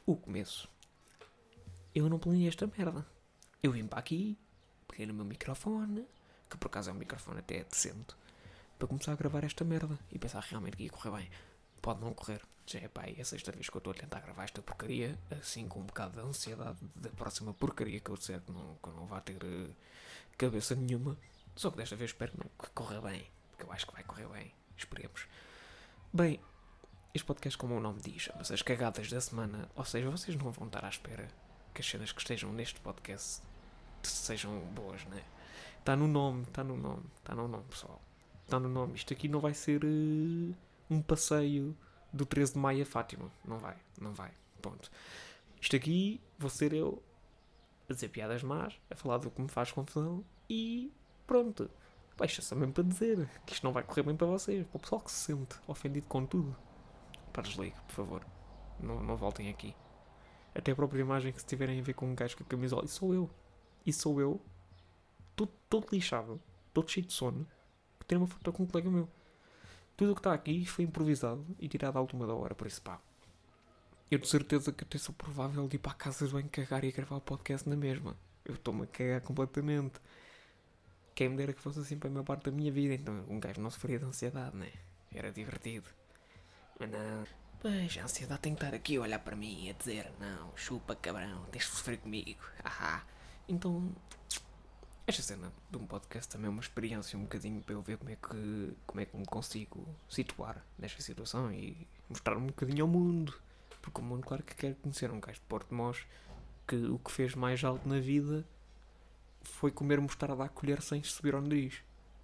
O começo. Eu não planeei esta merda. Eu vim para aqui, peguei no meu microfone, que por acaso é um microfone até decente, para começar a gravar esta merda e pensar realmente que ia correr bem. Pode não correr. Já é pá, é a sexta vez que eu estou a tentar gravar esta porcaria, assim com um bocado de ansiedade da próxima porcaria que eu disser que eu não vá ter cabeça nenhuma. Só que desta vez espero que corra bem, porque eu acho que vai correr bem. Esperemos. Bem, este podcast, como o nome diz, chama-se As Cagadas da Semana, ou seja, vocês não vão estar à espera que as cenas que estejam neste podcast sejam boas, né? Está no nome, pessoal. Está no nome. Isto aqui não vai ser um passeio do 13 de maio a Fátima. Não vai. Ponto. Isto aqui vou ser eu a dizer piadas más, a falar do que me faz confusão e pronto. Baixa só mesmo para dizer que isto não vai correr bem para vocês, para o pessoal que se sente ofendido com tudo. Para desligue, por favor. Não voltem aqui. Até a própria imagem que se tiverem a ver com um gajo com a camisola. Isso sou eu. Todo lixado. Todo cheio de sono. Que tem uma foto com um colega meu. Tudo o que está aqui foi improvisado e tirado à última da hora. Por isso, pá. Eu de certeza que até sou provável de ir para a casa de banho cagar e gravar o podcast na mesma. Eu estou-me a cagar completamente. Quem me dera que fosse assim para a maior parte da minha vida. Então um gajo não sofria de ansiedade, né? Era divertido. Mas não. Pois, a ansiedade tem que estar aqui a olhar para mim e a dizer: não, chupa cabrão, tens de sofrer comigo. Ahá. Então, esta cena de um podcast também é uma experiência um bocadinho para eu ver como é que me consigo situar nesta situação e mostrar um bocadinho ao mundo. Porque o mundo, claro que quer conhecer um gajo de Porto de Mós que o que fez mais alto na vida foi comer mostarda à colher sem subir ao nariz.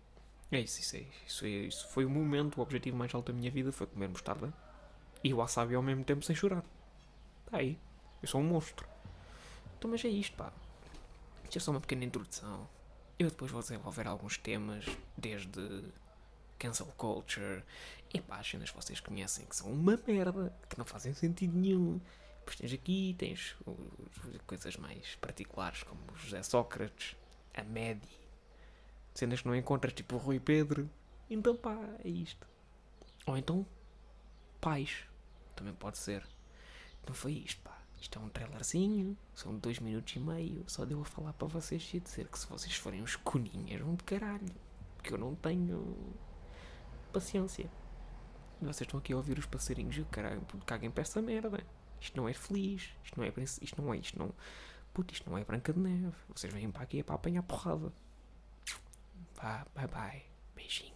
Isso foi o momento, o objetivo mais alto da minha vida foi comer mostarda e o wasabi ao mesmo tempo sem chorar. Está aí. Eu sou um monstro. Então, mas é isto, pá. Isto é só uma pequena introdução. Eu depois vou desenvolver alguns temas, desde cancel culture e pá, as cenas que vocês conhecem que são uma merda, que não fazem sentido nenhum. Depois tens coisas mais particulares, como o José Sócrates, a Medi, cenas que não encontras, tipo o Rui Pedro. Então pá, é isto. Ou então, pais. Também pode ser. Não foi isto, pá. Isto é um trailerzinho, são 2 minutos e meio. Só deu a falar para vocês e dizer que se vocês forem uns coninhas, vão de caralho. Porque eu não tenho paciência. E vocês estão aqui a ouvir os passarinhos e o caralho, caguem para essa merda. Isto não é feliz. Isto não é Branca de Neve. Vocês vêm para aqui para apanhar porrada. Vá, bye bye. Beijinho.